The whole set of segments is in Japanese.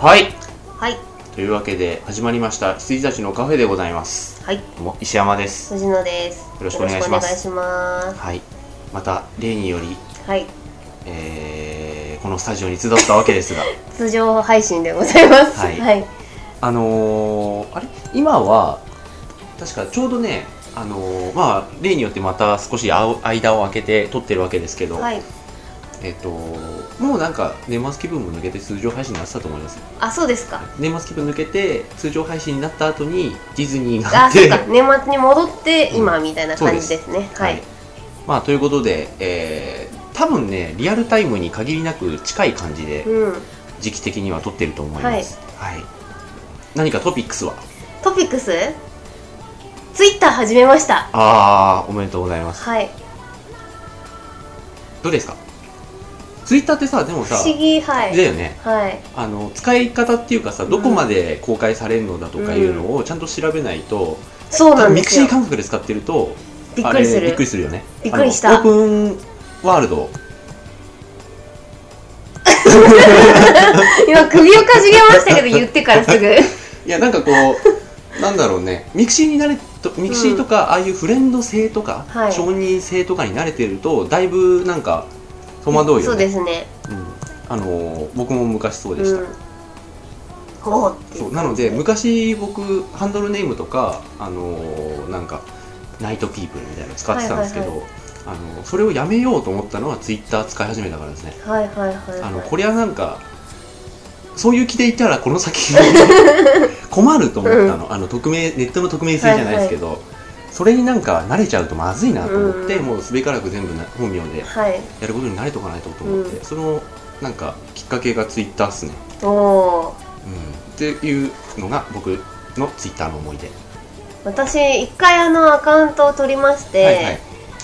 はい。 はい。 というわけで始まりました羊たちのカフェでございます。 はい。 どうも石山です。 藤野です。 よろしくお願いします。 よろしくお願いします。 はい。また例により、 はい。 このスタジオに集ったわけですが、 通常配信でございます。 はい。 はい。 あれ今は確かちょうどね、まあ例によってまた少し間を空けて撮ってるわけですけど、 はい。 もうなんか年末気分も抜けて通常配信になってたと思います。 あ、そうですか。 年末気分抜けて通常配信になった後にディズニーがああ、 って、 そうか。年末に戻って今みたいな感じですね。はい。 まあということで、多分ねリアルタイムに限りなく近い感じで、時期的には撮ってると思います。はい。何かトピックスは？ トピックス？ツイッター始めました。 ああ、おめでとうございます。 はい。 どうですか？ツイッターってさ、でもさ、 不思議、はい。 だよね。 はい。 使い方っていうかさ、どこまで公開されるのだとかいうのをちゃんと調べないと、 そうなんですよ。 ミクシー感覚で使ってるとびっくりする。 びっくりするよね。 びっくりした。 オープンワールド今首をかしげましたけど言ってからすぐ。 いや、なんかこうなんだろうね、ミクシーとかああいうフレンド性とか、承認性とかに慣れてるとだいぶなんか戸惑うよね。 そうですね。 僕も昔そうでした。そうなので昔僕ハンドルネームとかなんかナイトピープルみたいなの使ってたんですけど、それをやめようと思ったのはツイッター使い始めたからですね。これはなんかそういう気でいたらこの先困ると思ったの。ネットの匿名性じゃないですけど、それになんか慣れちゃうとまずいなと思って、もうすべからく全部本名でやることに慣れとかないとと思って、そのなんかきっかけがツイッターっすね。っていうのが僕のツイッターの思い出。 私一回アカウントを取りまして、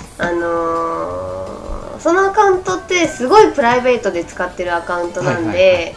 そのアカウントってすごいプライベートで使ってるアカウントなんで、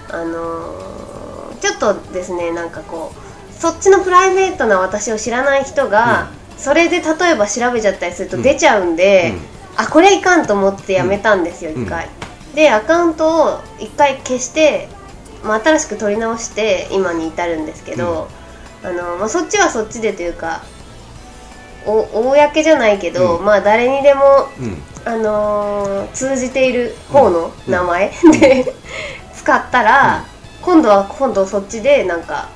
ちょっとですね、なんかこうそっちのプライベートな私を知らない人が、それで例えば調べちゃったりすると出ちゃうんで、あ、これいかんと思ってやめたんですよ、一回。でアカウントを一回消して、新しく取り直して今に至るんですけど、そっちはそっちでというか公じゃないけど、誰にでも、通じている方の名前で使ったら、今度そっちでなんか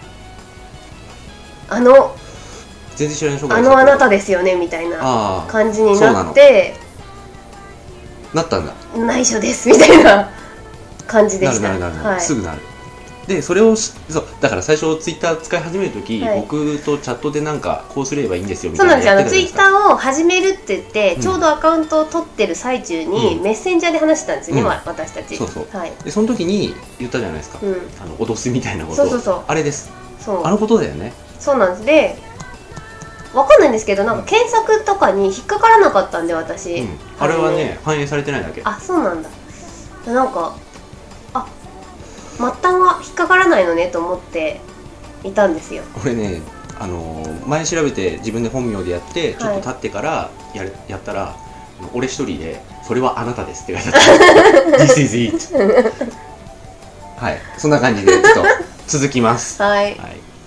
全然知らない人があなたですよねみたいな感じになってなったんだ。 内緒ですみたいな感じでした。 なる、すぐなる。でそれをそうだから最初ツイッター使い始めるとき、僕とチャットでなんかこうすればいいんですよみたいな。 そうなんですよ。ツイッターを始めるって言って、ちょうどアカウントを取ってる最中にメッセンジャーで話してたんですよね、私たち。でその時に言ったじゃないですか、脅すみたいなこと。あれです。あのことだよね。 そうなんです。でわかんないんですけど、なんか検索とかに引っかからなかったんで、私、 あれはね反映されてないだけ。 あ、そうなんだ。なんか末端は引っかからないのねと思っていたんですよ。 俺ね、前調べて自分で本名でやってちょっと経ってからやったら、俺一人で「それはあなたです」って書いてあった「This is it」はい、そんな感じでちょっと続きます。 はい。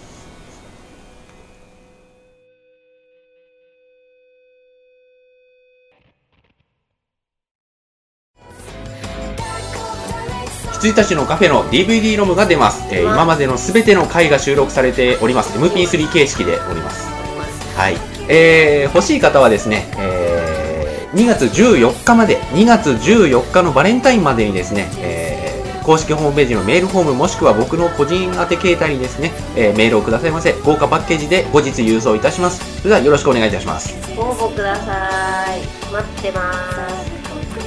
羊たちのカフェの DVD ロムが出ます。今までのすべての回が収録されております。 MP3 形式でおります。はい。欲しい方はですね、2月14日まで、2月14日のバレンタインまでにですね、公式ホームページのメールフォームもしくは僕の個人宛て携帯にですね、メールをくださいませ。豪華パッケージで後日郵送いたします。それではよろしくお願いいたします。 ご応募ください。待ってます。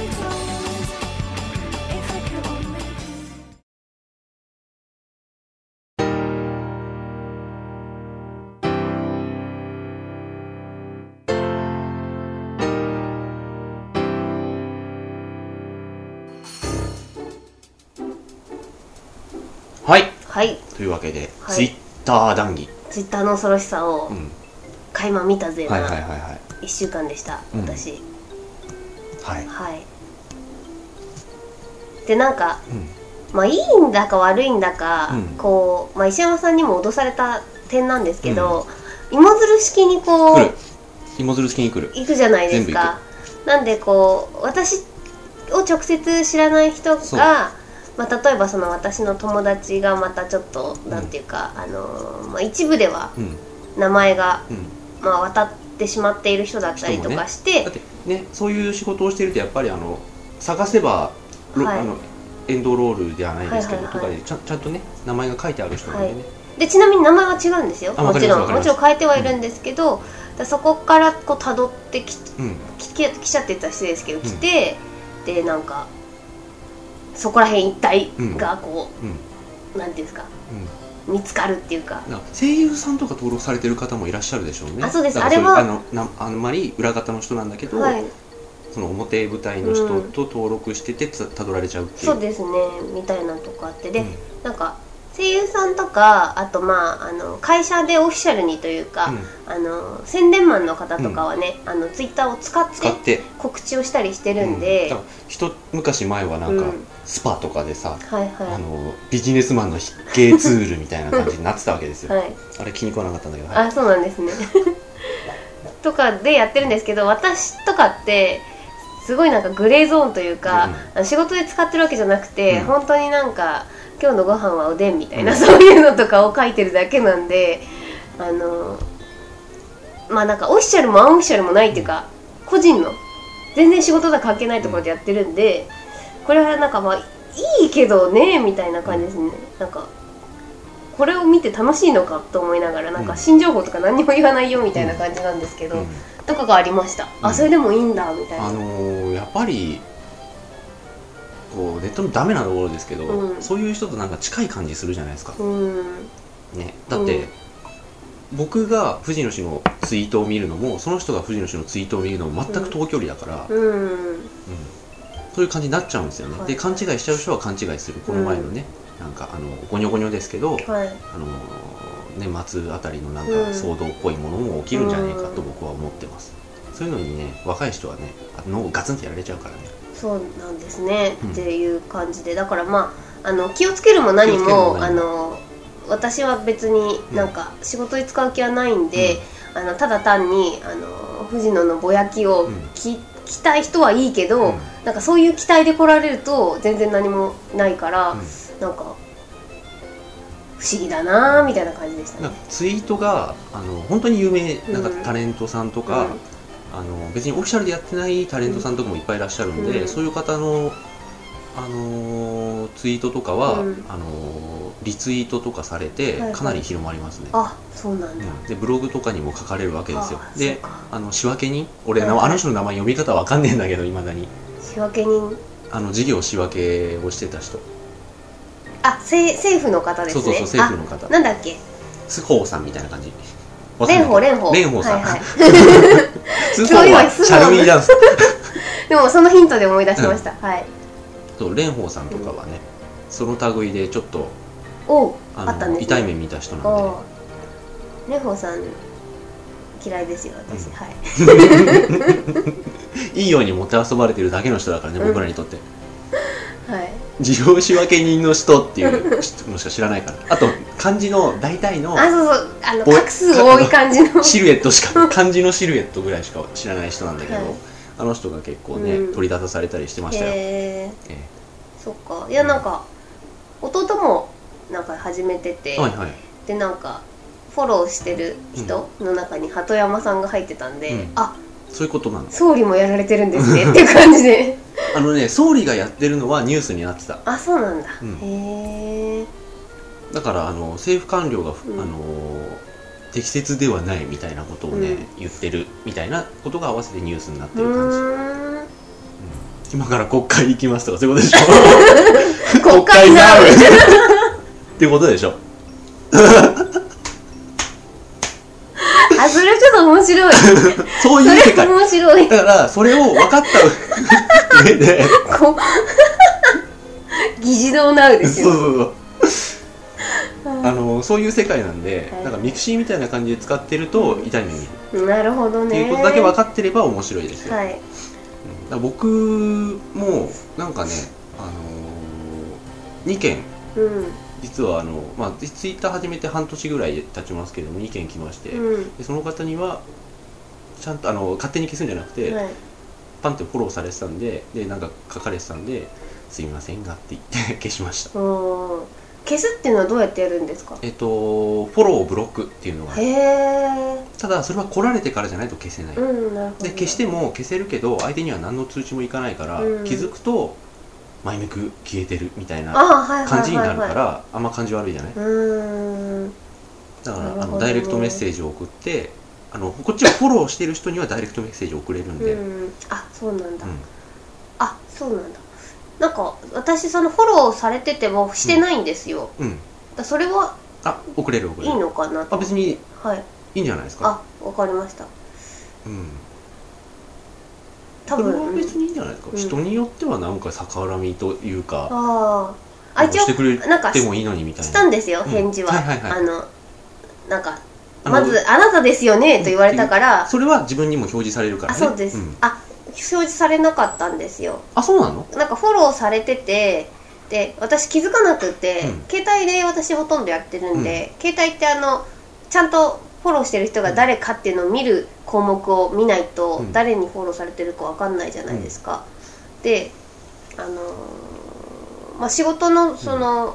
はい、というわけで、ツイッター談義、 ツイッターの恐ろしさを垣間見たぜな1週間でした、私。はい。でなんか、 まあいいんだか悪いんだか、 うんこう、まあ、石山さんにも脅された点なんですけど、芋づる式にこう来る、芋づる式に来る。 行くじゃないですか。なんでこう私を直接知らない人そうが、まあ、例えばその私の友達がまたちょっとなんていうか、まあ、一部ではうん名前が、 うんまあ、渡ってしまっている人だったりとかして、 だってね、そういう仕事をしているとやっぱり探せば、 はいエンドロールではないですけど、 はいはいはいとかでちゃんとね名前が書いてある人なんでね、 でちなみに名前は違うんですよ。 あもちろんわかりますもちろん変えてはいるんですけど、そこからこう辿ってうん来ちゃってたら失礼ですけど、来て、でなんかそこら辺一帯がこう、なんていうんですか、見つかるっていうか。 なんか声優さんとか登録されてる方もいらっしゃるでしょうね。 あ、そうです。 だからそういうあれはあんまり裏方の人なんだけど、 はい、 その表舞台の人と登録しててたどられちゃうっていう。 そうですね、みたいなとこあってで、 うんなんか声優さんとか、あとまあ会社でオフィシャルにというか、宣伝マンの方とかはね、ツイッターを使って告知をしたりしてるんで、 だから一昔前はなんか、スパとかでさ、 はいはい、 ビジネスマンの筆形ツールみたいな感じになってたわけですよ、 はい、 あれ気に食わなかったんだけど、はい、 あ、そうなんですねとかでやってるんですけど、私とかってすごいなんかグレーゾーンというか、仕事で使ってるわけじゃなくて、本当になんか今日のご飯はおでんみたいな、そういうのとかを書いてるだけなんで、まあなんかオフィシャルもアンオフィシャルもないっていうか、個人の全然仕事とは関係ないところでやってるんで、これはなんかまあいいけどねみたいな感じですね。なんかこれを見て楽しいのかと思いながら、なんか新情報とか何にも言わないよみたいな感じなんですけど、とかがありました。あ、それでもいいんだみたいな。 やっぱりこうネットのダメなところですけど、そういう人となんか近い感じするじゃないですか、ね、だって、僕が藤野氏のツイートを見るのもその人が藤野氏のツイートを見るのも全く遠距離だから、そういう感じになっちゃうんですよね、で勘違いしちゃう人は勘違いする。この前のね、なんかゴニョゴニョですけど、年末あたりのなんか騒動っぽいものも起きるんじゃないかと僕は思ってます。そういうのにね、若い人はね脳をガツンとやられちゃうからね。そうなんですね、っていう感じで、だからまあ気をつけるも何も私は別になんか仕事に使う気はないんで、ただ単に藤野のぼやきを聞きたい人はいいけど、なんかそういう期待で来られると全然何もないから、なんか不思議だなみたいな感じでしたね。 ツイートが本当に有名なんかタレントさんとか、別にオフィシャルでやってないタレントさんとかもいっぱいいらっしゃるんで、そういう方のツイートとかは、リツイートとかされてかなり広まりますね。 あ、そうなんだ。 でブログとかにも書かれるわけですよ。で仕分け人、俺あの人の名前読み方わかんねえんだけどいまだに。 仕分け人、 事業仕分けをしてた人。 あ、政府の方ですね。 そう政府の方。 なんだっけ、 須宝さんみたいな感じ。 蓮舫さん。 須宝はシャルミーダンスでもそのヒントで思い出しました。はい。 そう、蓮舫さんとかはね、その類でちょっと痛い目見た人なんで。 蓮舫さん嫌いですよ私。はい。 いいようにもてあそばれてるだけの人だからね、僕らにとって。 はい。 事業仕分け人の人っていうのしか知らないから。あと漢字の大体の画数多い感じのシルエットしか、漢字のシルエットぐらいしか知らない人なんだけど、あの人が結構ね取り立たされたりしてましたよ。 そっか。いや、なんか弟もなんか始めてて、でなんかフォローしてる人の中に鳩山さんが入ってたんで、あ、 そういうことなの。 総理もやられてるんですねっていう感じで。 総理がやってるのはニュースになってた。 あ、そうなんだ。へえ。 だから政府官僚が適切ではないみたいなことをね言ってるみたいなことが合わせてニュースになってる感じ。今から国会行きますとかそういうことでしょ。 国会なるっていうことでしょ。 あ、それちょっと面白い。 そういう世界。 面白い。 だからそれを分かった上で議事堂なうですよ。 そういう世界なんで、なんかミクシーみたいな感じで使ってると痛い目見る。 なるほどね。 っていうことだけ分かってれば面白いですよ。 はい。 僕もなんかね、 2件うん、 実はツイッター始めて半年ぐらい経ちますけども2件来まして、 うん、 でその方にはちゃんと勝手に消すんじゃなくて、 はい、 パンってフォローされてたんで、なんか書かれてたんで、すいませんがって言って消しました。 消すっていうのはどうやってやるんですか？ フォローをブロックっていうのが、ただそれは来られてからじゃないと消せない、で消しても消せるけど相手には何の通知もいかないから、気づくとマイメク消えてるみたいな感じになるから、あんま感じ悪いじゃない。だからダイレクトメッセージを送って、こっちをフォローしてる人にはダイレクトメッセージを送れるんで、 あ、そうなんだ、あ、そうなんだ。なんか私そのフォローされててもしてないんですよ、だそれは送れるいいのかなと。 別にいいんじゃないですか。 わかりました。多分これは別にいいんじゃないですか、人によってはなんか逆恨みというか、 一応してくれてもいいのにみたいなしたんですよ、返事は。なんかまずあなたですよねと言われたから、 それは自分にも表示されるからね。 そうです、表示されなかったんですよ。 そうなの？ なんかフォローされてて、で私気づかなくて、携帯で私ほとんどやってるんで、携帯ってちゃんとフォローしてる人が誰かっていうのを見る項目を見ないと、誰にフォローされてるか分かんないじゃないですか。で仕事のその、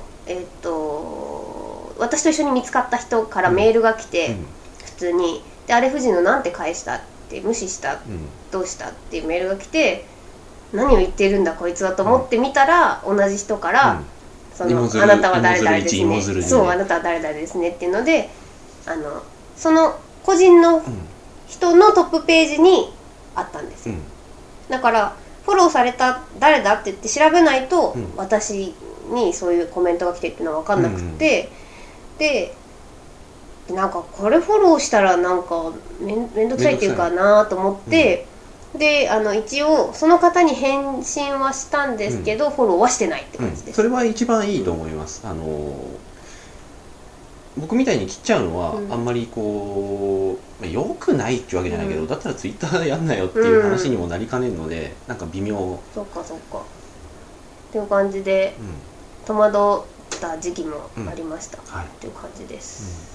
私と一緒に見つかった人からメールが来て、普通にであれ夫人のなんて返したって無視した、どうしたっていうメールが来て、何を言っているんだこいつはと思ってみたら、同じ人から、あなたは誰々ですね、そうあなたは誰々ですねっていうので、その個人の人のトップページにあったんですよ、だからフォローされた誰だって言って調べないと、私にそういうコメントが来てっていうのは分かんなくて、でなんかこれフォローしたらなんかめんどくさいっていうかなと思って、で一応その方に返信はしたんですけど、フォローはしてないって感じです。 それは一番いいと思います。僕みたいに切っちゃうのは、あんまりこう良くないっていうわけじゃないけど、だったらツイッターやんなよっていう話にもなりかねんので、なんか微妙。 そっかっていう感じで、戸惑った時期もありました、っていう感じです、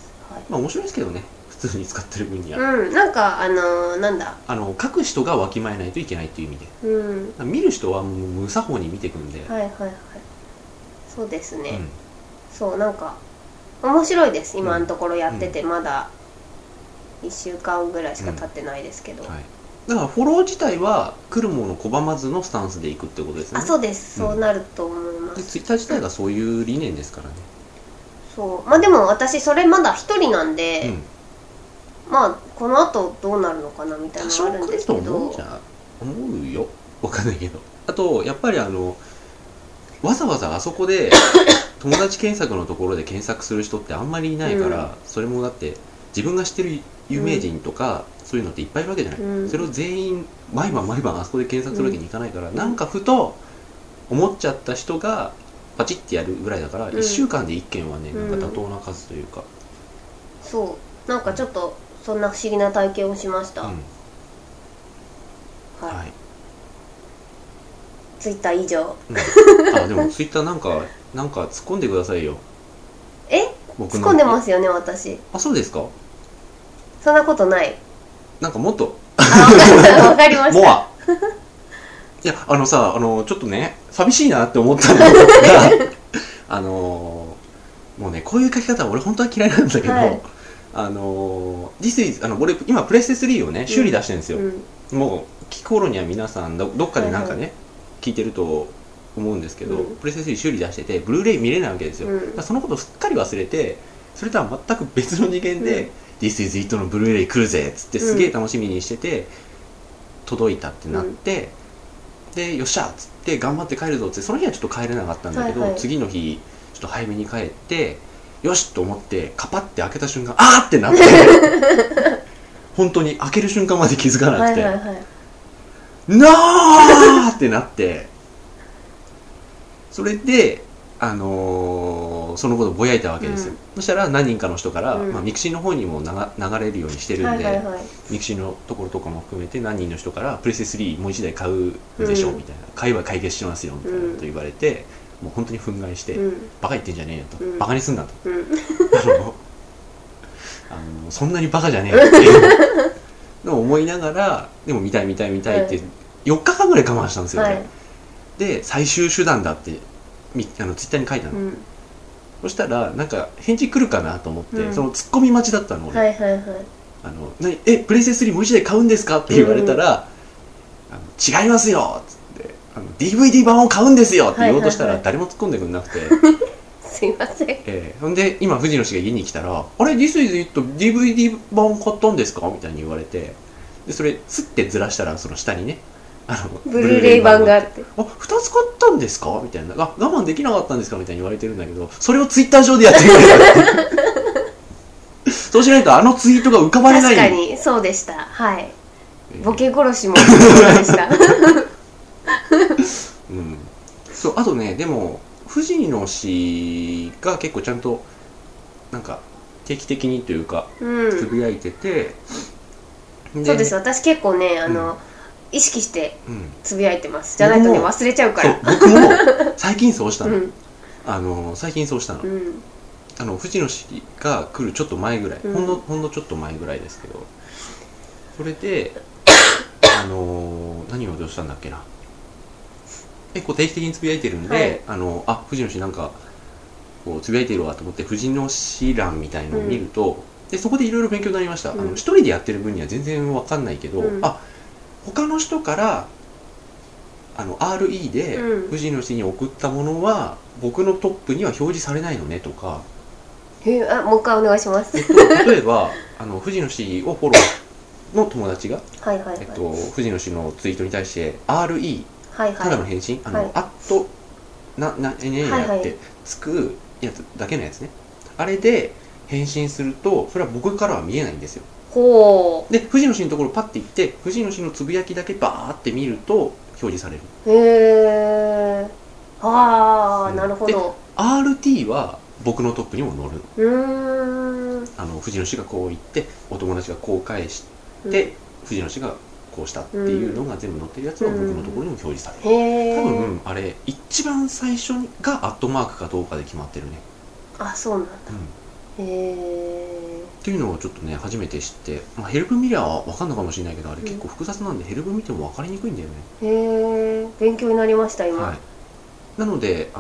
面白いですけどね、普通に使ってる分には。 なんかなんだ、 書く人がわきまえないといけないっていう意味で、見る人はもう無作法に見ていくんで。 そうですね、そうなんか面白いです。今のところやってて、まだ1週間ぐらいしか経ってないですけど、 だからフォロー自体は来るもの拒まずのスタンスでいくってことですね。 そうです、そうなると思います。 ツイッター自体がそういう理念ですからね。 そうでも私それまだ一人なんで、この後どうなるのかなみたいなのがあるんですけど、 思うよ、分かんないけど。あとやっぱりわざわざあそこで友達検索のところで検索する人ってあんまりいないから、それもだって自分が知ってる有名人とか、そういうのっていっぱいいるわけじゃない、それを全員毎晩あそこで検索するわけにいかないから、なんかふと思っちゃった人がパチッてやるぐらいだから、1週間で1件はね、なんか妥当な数というか、 そうなんかちょっとそんな不思議な体験をしました。ツイッター以上。 でもツイッターなんか突っ込んでくださいよ。 突っ込んでますよね、私。 そうですか。 そんなことない。 なんかもっと。 わかりました。 いやちょっとね寂しいなって思ったのがもうね、こういう書き方俺本当は嫌いなんだけど、俺今プレステ3をね修理出してるんですよ。もう聞く頃には皆さんどっかでなんかね、聞いてると思うんですけど、プレステ3修理出しててブルーレイ見れないわけですよ。そのことをすっかり忘れて、それとは全く別の次元でThis is it のブルーレイ来るぜっつってすげえ楽しみにしてて、届いたってなって、でよっしゃっつって頑張って帰るぞって、その日はちょっと帰れなかったんだけど、次の日ちょっと早めに帰ってよしと思ってカパッて開けた瞬間、あーってなって本当に開ける瞬間まで気づかなくて、なーってなって、それでそのことぼやいたわけですよ。そしたら何人かの人から、ミクシーの方にも流れるようにしてるんで、ミクシーのところとかも含めて何人の人からプレステ3もう1台買うでしょみたいな、買えば解決しますよみたいなこと言われて、 もう本当に憤慨して、バカ言ってんじゃねえよと、バカにすんなと、そんなにバカじゃねえよっていうのを思いながら、でも見たいって4日間ぐらい我慢したんですよね、で最終手段だってツイッターに書いたの、そしたらなんか返事来るかなと思って、そのツッコミ待ちだったの俺、プレイステ3もう一台買うんですかって言われたら、違いますよっつって、DVD 版を買うんですよって言おうとしたら誰も突っ込んでくれなくてすいません、 ほんで今藤野氏が家に来たら「あれ This is it DVD 版買ったんですか?」みたいに言われて、でそれスッてずらしたらその下にねブルーレイ版があって、 2つ買ったんですかみたいな、我慢できなかったんですかみたいに言われてるんだけど、それをツイッター上でやってくれたそうしないとツイートが浮かばれない。 確かにそうでした。はい、ボケ殺しもそうでしたそう、あとね、でも藤野氏が結構ちゃんとなんか定期的にというかつぶやいてて、 そうです。私結構ね意識してつぶやいてます、じゃないとね忘れちゃうから。 僕も最近そうしたの、最近そうしたの、藤野氏が来るちょっと前ぐらい、ほんのちょっと前ぐらいですけど、それで何をどうしたんだっけな、結構定期的につぶやいてるんで、藤野氏なんかこうつぶやいてるわと思って藤野氏欄みたいのを見ると、でそこでいろいろ勉強になりました。一人でやってる分には全然わかんないけど、他の人からRE で藤野氏に送ったものは僕のトップには表示されないのねとか、 もう一回お願いします。 例えば藤野氏をフォローの友達が藤野氏のツイートに対して RE ただの返信、ってつくやつだけのやつね、あれで返信するとそれは僕からは見えないんですよ。で藤野氏のところパッて行って藤野氏のつぶやきだけバーって見ると表示される。 へえ、なるほど。 RT は僕のトップにも載るの。藤野氏がこう言ってお友達がこう返して、藤野氏がこうしたっていうのが全部載ってるやつは僕のところにも表示される。多分あれ一番最初がアットマークかどうかで決まってるね。 そうなんだ。 っていうのをちょっとね初めて知って、ヘルプ見りゃ分かんのかもしれないけど、あれ結構複雑なんでヘルプ見ても分かりにくいんだよね。 勉強になりました今。 なので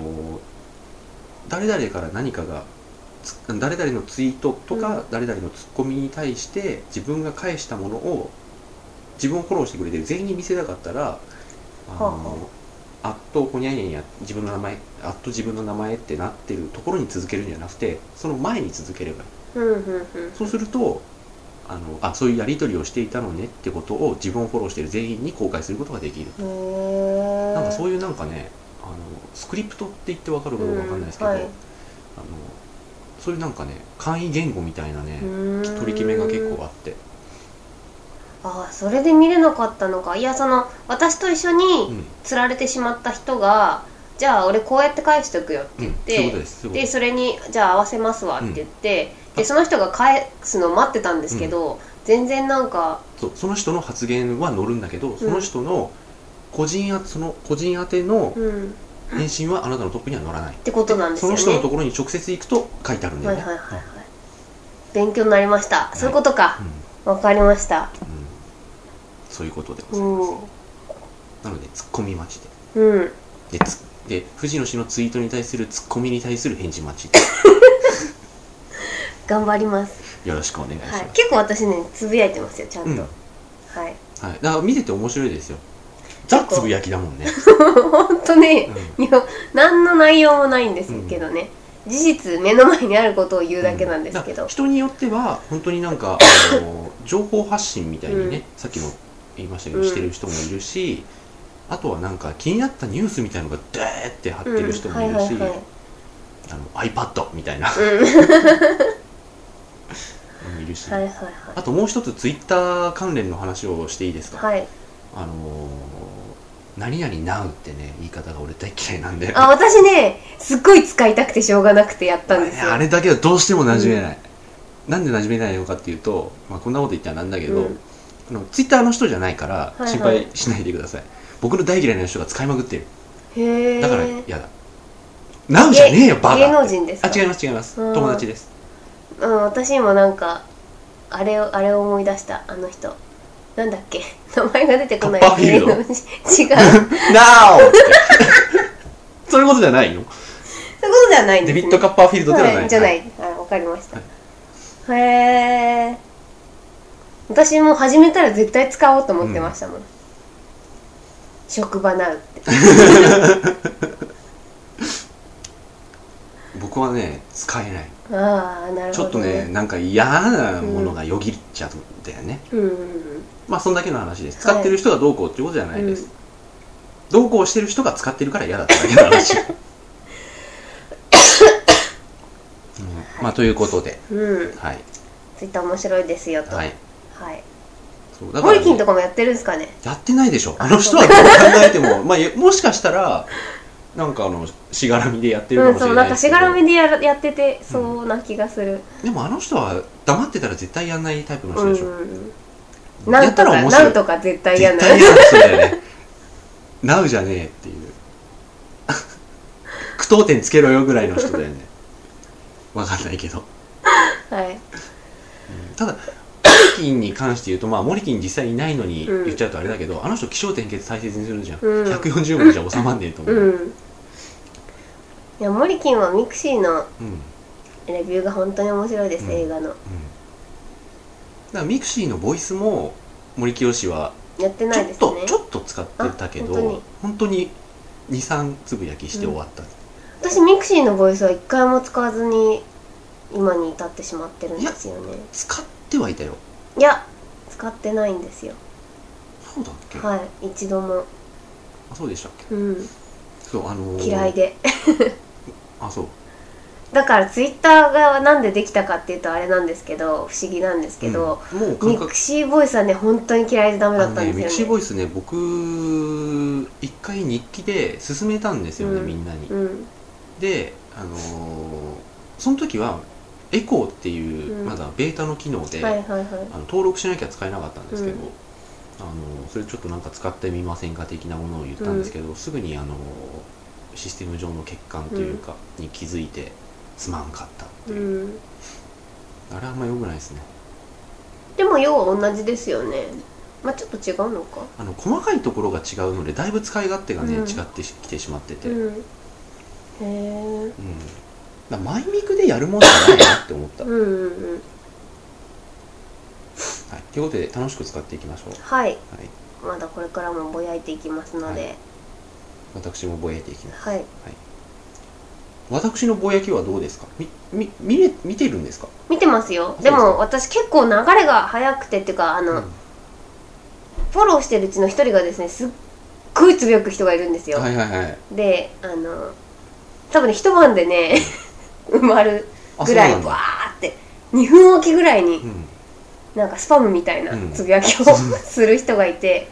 誰々から何かが誰々のツイートとか、誰々のツッコミに対して自分が返したものを自分をフォローしてくれてる全員に見せたかったらアットほにゃにゃにゃ自分の名前ってなってるところに続けるんじゃなくて、その前に続ければいい。そうするとそういうやり取りをしていたのねってことを自分をフォローしている全員に公開することができる。なんかそういうなんかねスクリプトって言って分かるかどうか分かんないですけど、そういうなんかね簡易言語みたいなね取り決めが結構あって。 それで見れなかったのか。いや私と一緒に釣られてしまった人が、じゃあ俺こうやって返しておくよって言って、でそれにじゃあ合わせますわって言って、でその人が返すのを待ってたんですけど、全然なんかその人の発言は載るんだけど、その人の個人宛ての返信はあなたのトップには載らないってことなんですよね。 その人のところに直接行くと書いてあるんだよね。 勉強になりました。そういうことか。わかりました。 そういうことでございます。なのでツッコミ待ちで、で藤野氏のツイートに対するツッコミに対する返事待ちで頑張ります。 よろしくお願いします。 結構私ねつぶやいてますよちゃんと。 だから見てて面白いですよ。ザつぶやきだもんね。 本当ね、何の内容もないんですけどね、事実目の前にあることを言うだけなんですけど、 人によっては本当になんか情報発信みたいにね、さっきも言いましたけどしてる人もいるし、あとはなんか気になったニュースみたいのがデーって貼ってる人もいるし、iPad みたいな、いるし、あともう一つツイッター関連の話をしていいですか。何々 Now ってね言い方が俺大嫌いなんで、 私ねすっごい使いたくてしょうがなくてやったんですよ。 あれだけはどうしても馴染めない、なんで馴染めないのかっていうと、こんなこと言ったらなんだけど、ツイッターの人じゃないから心配しないでください。僕の大嫌いな人が使いまくってる。だから嫌だ。 ナウじゃねえよバカ。 芸能人ですか？ あ、違います違います、友達です。 私今なんかあれを思い出した。あの人なんだっけ、名前が出てこない。 カッパーフィールド違うナウそういうことじゃないの？ そういうことじゃないんですね。 デビッド・カッパーフィールドではない、 はい、じゃない、はい、わかりました、はい、へえ。私も始めたら絶対使おうと思ってましたもん、職場ナウって僕はね使えない。 ああ、なるほど、ね、 ちょっとね、なんか嫌なものがよぎっちゃうんだよね、まあそんだけの話です。使ってる人がどうこうってことじゃないです、どうこうしてる人が使ってるから嫌だっただけの話まあということで、はい、 ツイッター面白いですよと。 はい、 はい、 そうだから、ね、 モリキンとかもやってるんですかね？ やってないでしょ、あの人はどう考えてもまあもしかしたらなんかしがらみでやってるかもしれないですけど、 そう、なんかしがらみでやっててそうな気がする、 でもあの人は黙ってたら絶対やんないタイプの人でしょ、 なんとか絶対やんない、 絶対やんない人だよねナウじゃねえっていう句読点つけろよぐらいの人だよねわかんないけど、 はい、 ただモリキンに関して言うと、まあモリキン実際いないのに言っちゃうとあれだけど、あの人起承転結大切にするじゃん、140文字じゃ収まんねえと思う、 いや、モリキンはミクシーのレビューが本当に面白いです、映画の、だからミクシーのボイスも森清はやってないですね。 ちょっと使ってたけど、本当に 2,3 つぶやきして終わった、 私ミクシーのボイスは一回も使わずに今に至ってしまってるんですよね。 使ってはいたよ。 いや、使ってないんですよ。 そうだっけ？ はい、一度も。 あ、そうでしたっけ？そう、 嫌いであ、そう。 だからツイッターがなんでできたかっていうとあれなんですけど、不思議なんですけど、もうミクシーボイスはね本当に嫌いでダメだったんですよね。 ミクシーボイスね、僕一回日記で勧めたんですよね、みんなに、で、その時はエコーっていうまだベータの機能で登録しなきゃ使えなかったんですけど、それちょっとなんか使ってみませんか的なものを言ったんですけど、すぐにシステム上の欠陥というかに気づいてすまんかったっていう、あれはあんま良くないですね。 でも要は同じですよね。まあちょっと違うのか、 細かいところが違うのでだいぶ使い勝手がね、違ってきてしまってて、へえ、 だマイミクでやるもんじゃないなって思った。はい、ということで楽しく使っていきましょう。 はい、まだこれからもぼやいていきますので、 私もぼやいていきます。 はい、 私のぼやきはどうですか？見てるんですか？ 見てますよ。でも私結構流れが速くてっていうかフォローしてるうちの一人がですね、すっごいつぶやく人がいるんですよ。で、多分ね一晩でね埋まるぐらいわーって2分おきぐらいに、なんかスパムみたいなつぶやきをする人がいて、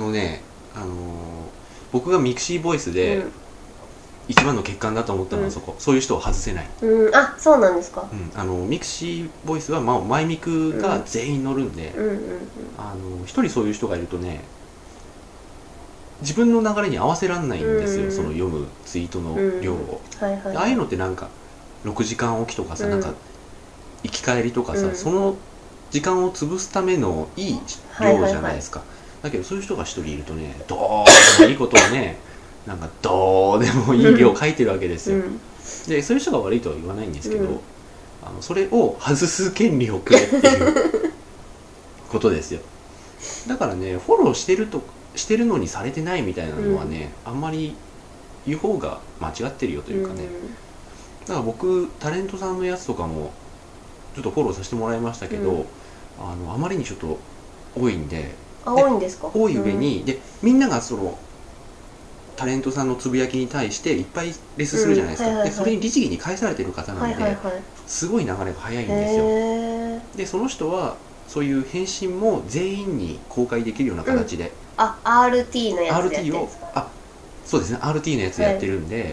僕がミクシーボイスで一番の欠陥だと思ったのはそういう人を外せない。 あ、そうなんですか。 ミクシーボイスはマイミクが全員乗るんで、一人そういう人がいるとね、自分の流れに合わせらんないんですよ、その読むツイートの量を。ああいうのってなんか6時間おきとかさ、なんか行き帰りとかさ、その時間を潰すためのいい量じゃないですか。だけどそういう人が一人いるとね、どうでもいいことをねなんかどうでもいい量書いてるわけですよ。でそういう人が悪いとは言わないんですけど、それを外す権利をくれっていうことですよ。だからね、フォローしてるのにされてないみたいなのはね、あんまり言う方が間違ってるよというかね。だから僕タレントさんのやつとかもちょっとフォローさせてもらいましたけど、あまりにちょっと多いんで。 多いんですか？ 多い上に、でみんながそのタレントさんのつぶやきに対していっぱいレスするじゃないですか。でそれに律儀に返されてる方なので、すごい流れが早いんですよ。でその人はそういう返信も全員に公開できるような形で、 RT のやつやってるんですか？ そうですね、 RT のやつやってるんで、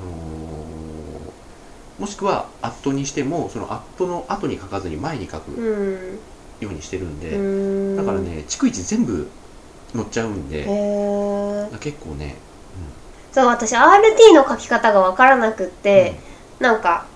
もしくはアットにしてもそのアットの後に書かずに前に書くようにしてるんで、だからね逐一全部載っちゃうんで、結構ね、 そう私 RT の書き方が分からなくって、なんか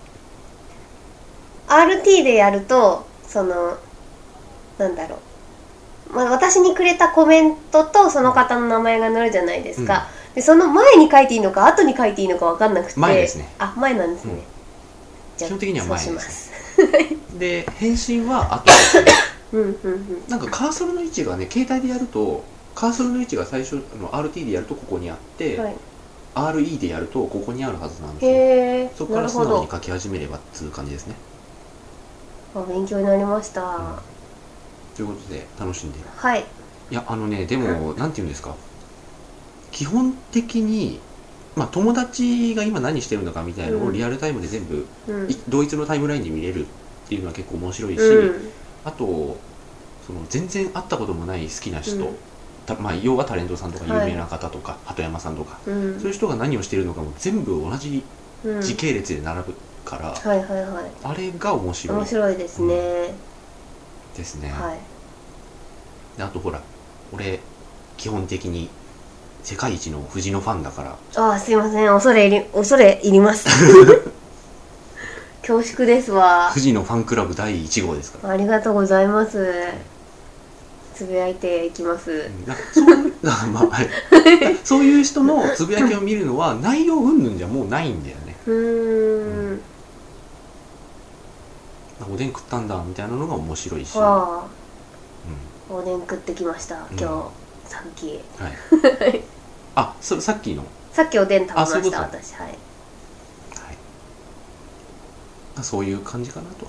RT でやるとなんだろう、私にくれたコメントとその方の名前が載るじゃないですか、でその前に書いていいのか後に書いていいのか分かんなくて、 前ですね。 あ、前なんですね、 基本的には前そうしでますで返信は後ですねなんかカーソルの位置がね、携帯でやるとカーソルの位置が最初RT でやるとここにあって、 はい、 RE でやるとここにあるはずなんですよ。 へー、 そこから素直に書き始めればっていう感じですね。 勉強になりました、 ということで楽しんでる。 はい。 いやでも、なんていうんですか、基本的に友達が今何してるのかみたいなのをリアルタイムで全部、同一のタイムラインで見れるっていうのは結構面白いし、あと全然会ったこともない好きな人、要はタレントさんとか有名な方とか、鳩山さんとか、そういう人が何をしてるのかも全部同じ時系列で並ぶから、あれが面白い。 面白いですね。 ですね。 はい。 であとほら、俺基本的に世界一の藤野ファンだから。 ああ、すいません、恐れ入ります恐縮ですわ。 藤野ファンクラブ第1号ですから。 ありがとうございます。つぶやいていきます。 そういう人のつぶやきを見るのは内容云々じゃもうないんだよね。おでん食ったんだみたいなのが面白いし、 おでん食ってきました今日、さっき。 はい。あ、さっきおでん食べました、私。はい。 そういう感じかなと。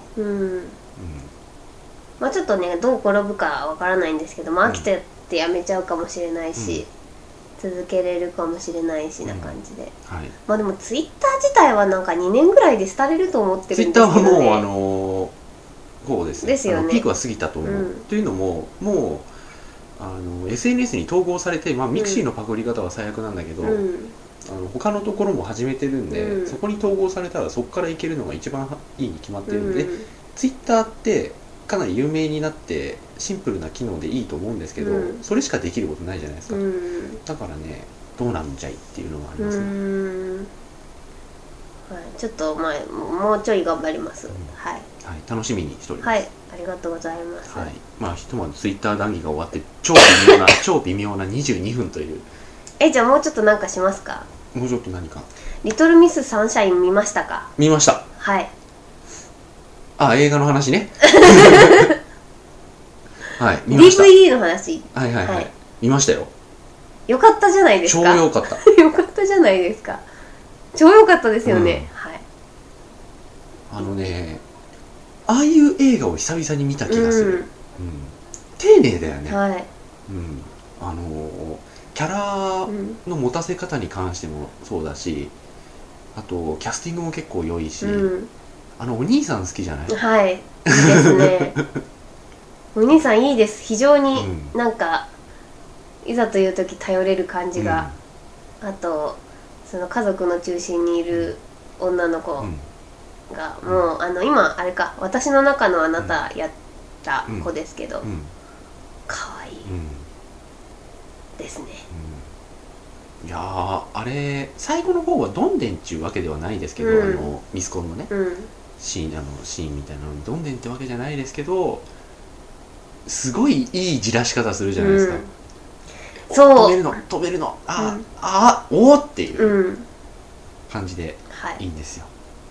ちょっとね、どう転ぶかわからないんですけど、飽きてってやめちゃうかもしれないし、続けれるかもしれないしな感じで。でもツイッター自体はなんか2年ぐらいで廃れると思ってるんですけどね。 ツイッターはもうこうですね。 ですよね。 ピークは過ぎたと思う。というのももうSNS に統合されて、ミクシーのパクリ方は最悪なんだけど、他のところも始めてるんで、そこに統合されたらそこからいけるのが一番いいに決まってるので、ツイッターってかなり有名になってシンプルな機能でいいと思うんですけど、それしかできることないじゃないですか。だからね、どうなんじゃいっていうのがありますね。 ちょっともうちょい頑張ります。 楽しみにしております。 はい、ありがとうございます。 ひとまずツイッター談義が終わって超微妙な22分という。 じゃあもうちょっとなんかしますか。 もうちょっと何か。 リトルミスサンシャイン見ましたか。 見ました。 はい。 映画の話ね。見ました。 DVD の話。 見ましたよ。 よかったじゃないですか。 超よかった。 よかったじゃないですか。超よかったですよね。 ああいう映画を久々に見た気がする。丁寧だよね。キャラの持たせ方に関してもそうだし、あとキャスティングも結構良いし、お兄さん好きじゃない？ はい、いいですね。お兄さんいいです。非常になんか、いざという時頼れる感じが、あとその家族の中心にいる女の子が、もう今あれか、私の中のあなたやった子ですけど、可愛いですね。 いやあれ最後の方はどんでんっていうわけではないですけど、ミスコンのね、シーンみたいなのにどんでんってわけじゃないですけど、すごいいいじらし方するじゃないですか。 そう止めるのおーっていう感じでいいんですよ。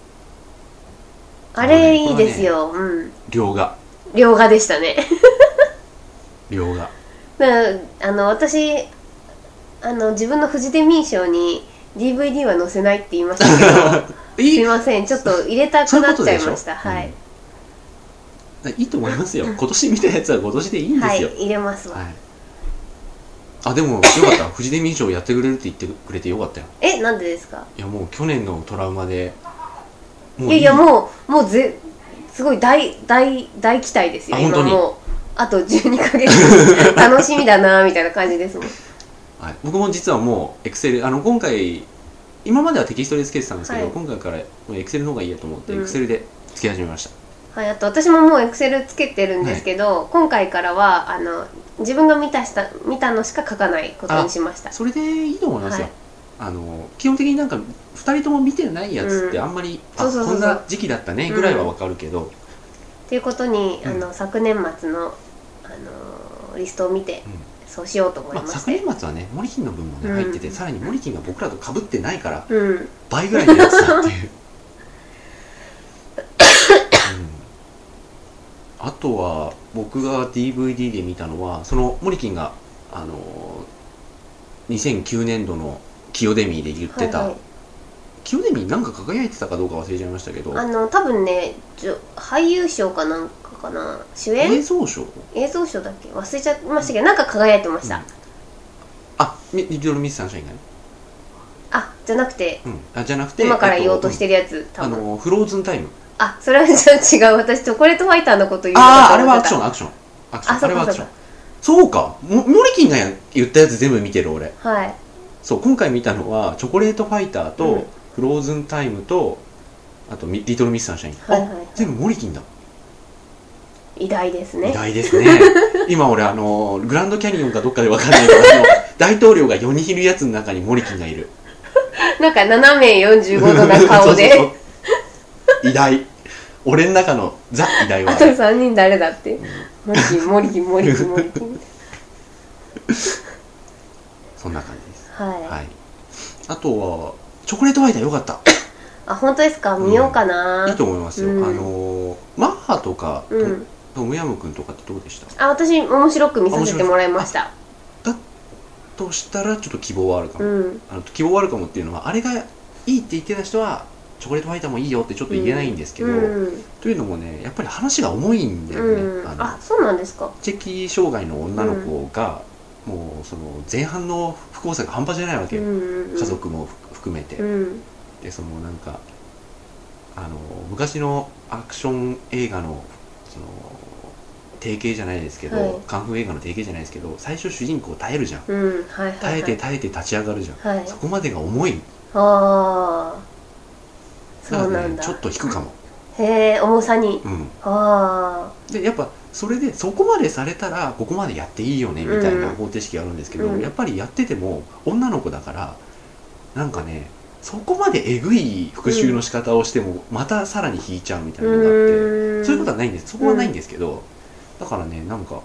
あれいいですよ。 両画でしたね。 両画。 私自分のフジデミー賞に DVD は載せないって言いましたけどすいません、ちょっと入れたくなっちゃいました。はい、 いいと思いますよ。今年見たやつは今年でいいんですよ。 入れますわ。 でもよかった。フジデミー賞やってくれるって言ってくれてよかったよ。 なんでですか。 いや、もう去年のトラウマで、 もうすごい大期待ですよ。今もうあと12ヶ月楽しみだなみたいな感じですもん。 僕も実はもうエクセル今回、今まではテキストでつけてたんですけど、今回からエクセルの方がいいやと思ってエクセルでつけ始めました。 あと私ももうエクセルつけてるんですけど、今回からは自分が見たのしか書かないことにしました。 それでいいと思いますよ。 基本的になんか2人とも見てないやつってあんまり、こんな時期だったねぐらいはわかるけど、 っていうことに昨年末のリストを見て、そうしようと思いまして、 昨年末はねモリキンの分もね入ってて、さらにモリキンが僕らと被ってないから、倍ぐらいのやつだっていうあとは僕が DVD で見たのはそのモリキンが2009年度のキヨデミーで言ってた、キヨデミーなんか輝いてたかどうか忘れちゃいましたけど、 多分ね俳優賞かなんかかな、主演映像賞だっけ忘れちゃいましたけど、なんか輝いてました、 リトルミスサンシャインがね、 じゃなくて、今から言おうとしてるやつ、多分フローズンタイム、 それはちょっと違う、私チョコレートファイターのこと言うあれはアクションあれはアクション、そうか、モリキンが言ったやつ全部見てる俺。そう、今回見たのはチョコレートファイターとフローズンタイムとあとリトルミスサンシャイン、全部モリキンだ。 偉大ですね。 偉大ですね今俺グランドキャニオンかどっかで分かんないけど大統領が4人いるやつの中にモリキンがいるなんか斜め45度な顔で偉大、俺の中のザ偉大はあと3人誰だって、モリキンそんな感じです。 はい。 あとはチョコレートファイター良かった。 本当ですか？見ようかな。 いいと思いますよ。マッハとかトムヤムくんとかってどうでした？ 私面白く見させてもらいました。 だとしたらちょっと希望はあるかも。希望はあるかもっていうのは、あれがいいって言ってた人はチョコレートファイターもいいよってちょっと言えないんですけど、というのもね、やっぱり話が重いんだよね。 そうなんですか。 知的障害の女の子がもうその前半の不幸さが半端じゃないわけよ、家族も含めて。でそのなんか昔のアクション映画のその定型じゃないですけど、カンフー映画の定型じゃないですけど、最初主人公耐えるじゃん、耐えて立ち上がるじゃん、そこまでが重い。そうなんだ。ちょっと引くかも。 へえ、重さに。 でやっぱそれでそこまでされたらここまでやっていいよねみたいな方程式があるんですけど、やっぱりやってても女の子だからなんかね、そこまでえぐい復讐の仕方をしてもまたさらに引いちゃうみたいなのがあって、そういうことはないんです。そこはないんですけど、だからね、なんか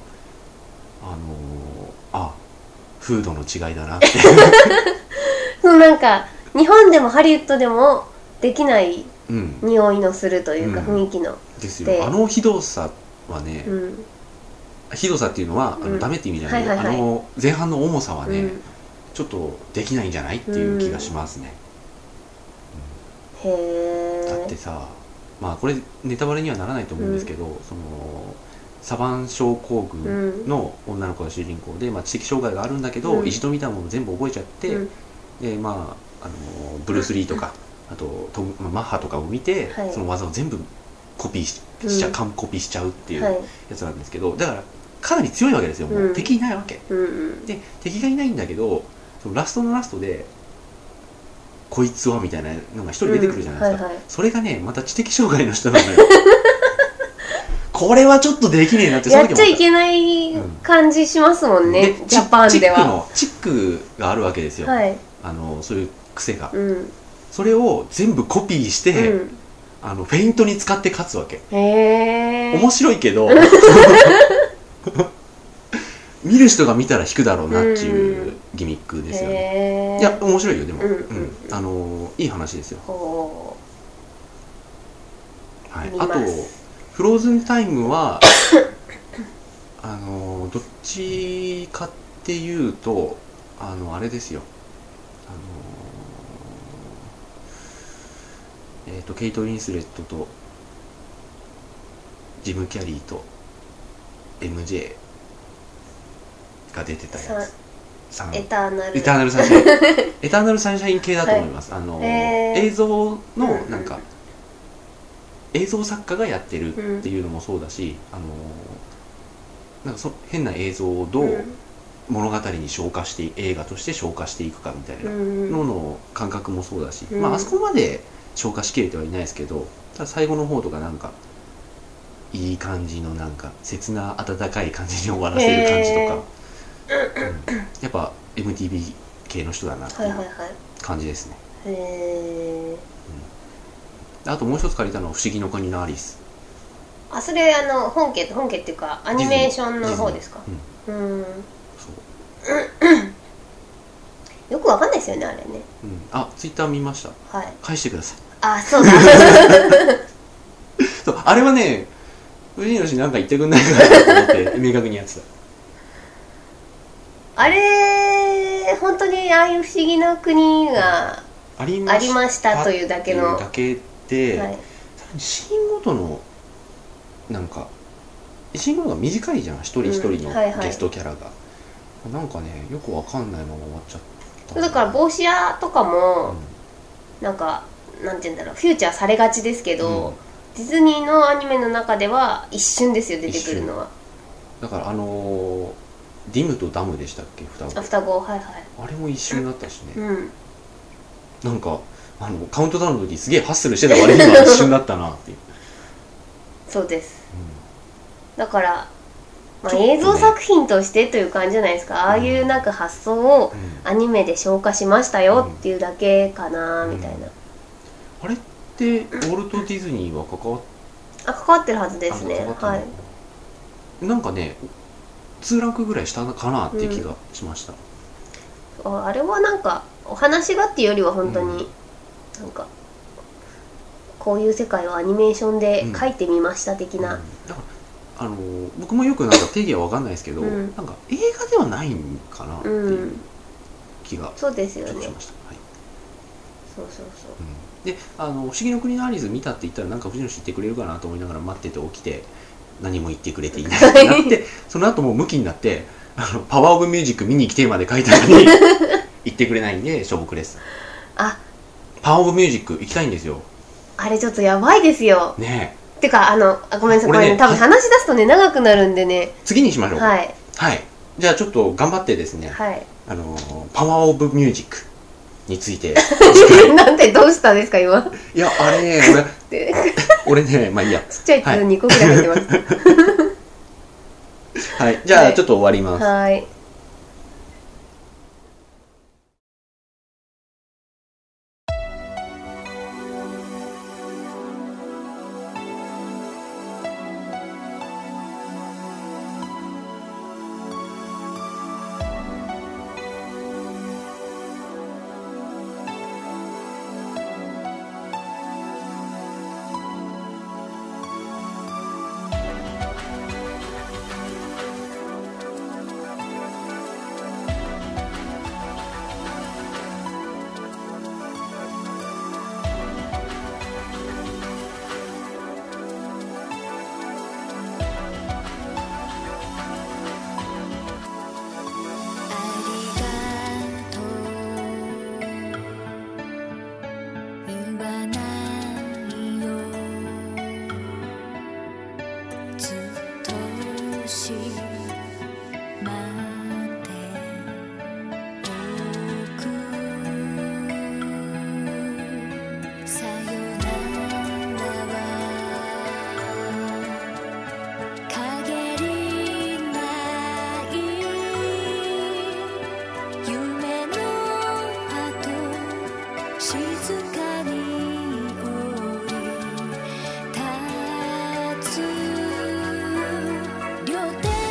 風土の違いだなってそう、なんか日本でもハリウッドでもできない匂いのするというか、雰囲気のですよ。ひどさはね、ひどさっていうのはダメって意味じゃないけど、前半の重さはね、ちょっとできないんじゃないっていう気がしますね。だってさ、これネタバレにはならないと思うんですけど、そのサバン症候群の女の子が主人公で、知的障害があるんだけど、一度見たもの全部覚えちゃって、でブルース・リーとかあとマッハとかを見て、その技を全部コピーしちゃうっていうやつなんですけど、だからかなり強いわけですよ。もう敵いないわけ、で敵がいないんだけど、そのラストのラストでこいつはみたいなのが一人出てくるじゃないですか、それがねまた知的障害の人なのよこれはちょっとできねえなって、 やっちゃいけない感じしますもんね、ジャパンでは。 チックがあるわけですよ、そういう癖が、それを全部コピーして、フェイントに使って勝つわけ。面白いけど見る人が見たら引くだろうなっていうギミックですよね。いや面白いよでも、いい話ですよ。あとフローズンタイムはどっちかっていうとあれですよ、ケイト・ウィンスレットとジム・キャリーと MJ が出てたやつ、 エターナルサンシャインエターナルサンシャイン系だと思います。映像のなんか映像作家がやってるっていうのもそうだし、なんか変な映像をどう物語に昇華して映画として昇華していくかみたいなのの感覚もそうだし、あそこまで消化しきれてはいないですけど、ただ最後の方とかなんかいい感じのなんか切な温かい感じに終わらせる感じとか、やっぱ MTV 系の人だなっていう感じですね。 へえ。 あともう一つ借りたのは不思議の国のアリス。 あ、それ本家っていうかアニメーションの方ですか？そうよくわかんないですよねあれね。 あ、ツイッター見ました。 はい。 返してください。 あ、そうだ。 そうあれはね、藤野氏なんか言ってくんないかなと思って明確にやってた。 あれ本当にああいう不思議な国がありましたというだけのだけで、 はい、 シーンごとのなんかシーンごとが短いじゃん、一人一人のゲストキャラが、なんかねよくわかんないまま終わっちゃった。 だから帽子屋とかも、なんかなんて言うんだろう、フューチャーされがちですけど、ディズニーのアニメの中では一瞬ですよ出てくるのは。 だからディムとダムでしたっけ、双子。 はいはい。 あれも一瞬だったしね。なんかカウントダウンの時すげえハッスルしてた割には一瞬だったなっていう。 そうです、だから、映像作品としてという感じじゃないですか。ああいうなんか発想をアニメで消化しましたよっていうだけかなみたいな。 あれってウォルト・ディズニーは関わってるはずですね。はい。 なんかね2ランクぐらい下かなっていう気がしました。 あれはなんかお話がっていうよりは本当になんかこういう世界をアニメーションで描いてみました的な。 だから僕もよくなんか定義は分かんないですけど、なんか映画ではないんかなっていう気がそうですよね。 しました。はい。 そうそうそう。 で不思議の国のアリス見たって言ったらなんか藤野氏言ってくれるかなと思いながら待ってて起きて何も言ってくれていないってなってその後もうムキになってパワーオブミュージック見に来てまで書いたのに言ってくれないんでしょぼくです。パワーオブミュージック行きたいんですよ。あれちょっとやばいですよねえ。 てかごめんなさい、これね多分話し出すとね長くなるんでね次にしましょう。 はい、 じゃあちょっと頑張ってですね、パワーオブミュージックについてなんてどうしたんですか今。 いやあれね俺ねまあいいや、 ちっちゃい2個ぐらい入ってますはい、じゃあちょっと終わります。 はい。 両手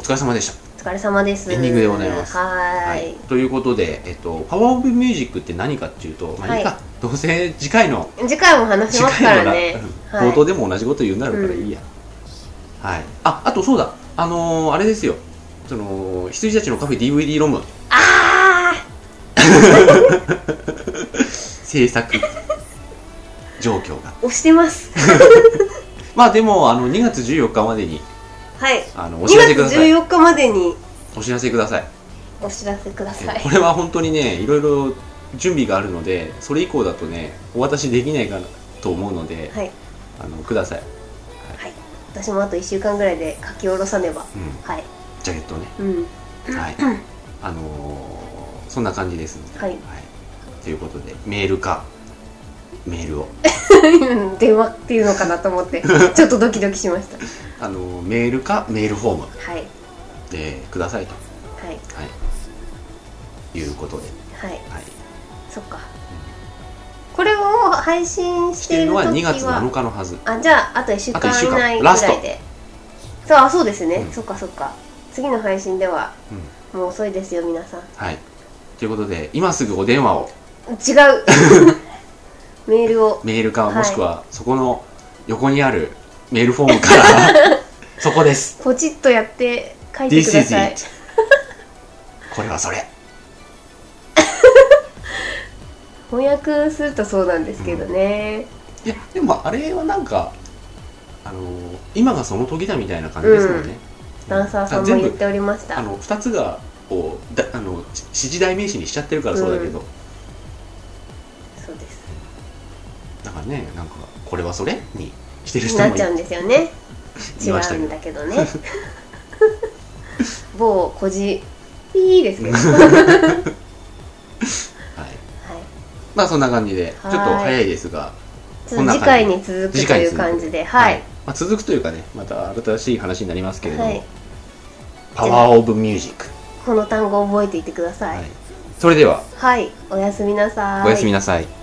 疲れ様でした。 お疲れ様です。 エンディングでございます。 はい、 ということで、パワーオブミュージックって何かっていうと、まあいいか、どうせ次回も話しますからね。 冒頭でも同じこと言うなるからいいや。はい。あとそうだ、あれですよ、その羊たちのカフェ DVD ロム。制作状況が押してますまあでも2月14日までにお知らせください。2月14日までにお知らせください。 お知らせください。 これは本当にね、いろいろ準備があるので、それ以降だとねお渡しできないかなと思うので、ください。 はい、私もあと1週間ぐらいで書き下ろさねば。はい、 ジャケットね。はい、そんな感じですので、ということでメールを電話っていうのかなと思ってちょっとドキドキしました。 メールかメールフォームでくださいと、いうことで、 そっか、これを配信している時は 2月7日のはず。 じゃああと1週間以内ぐらいで。そうですね、そっか次の配信ではもう遅いですよ皆さん。 ということで今すぐお電話を。 違うメールか、もしくはそこの横にあるメールフォームからそこです。 ポチッとやって書いてください。 これはそれ翻訳するとそうなんですけどね。 いやでもあれはなんか今がその時だみたいな感じですもんね。 ダンサーさんも言っておりました。 2つがこう指示代名詞にしちゃってるからそうだけど、 そうです。 だからね、なんかこれはそれにしてる人もなっちゃうんですよね。違うんだけどね某個人いいですけどまあそんな感じでちょっと早いですが、 次回に続くという感じで、 続くというかね、また新しい話になりますけれども、パワーオブミュージック、 この単語を覚えていてください。 それでは、 おやすみなさい。 おやすみなさい。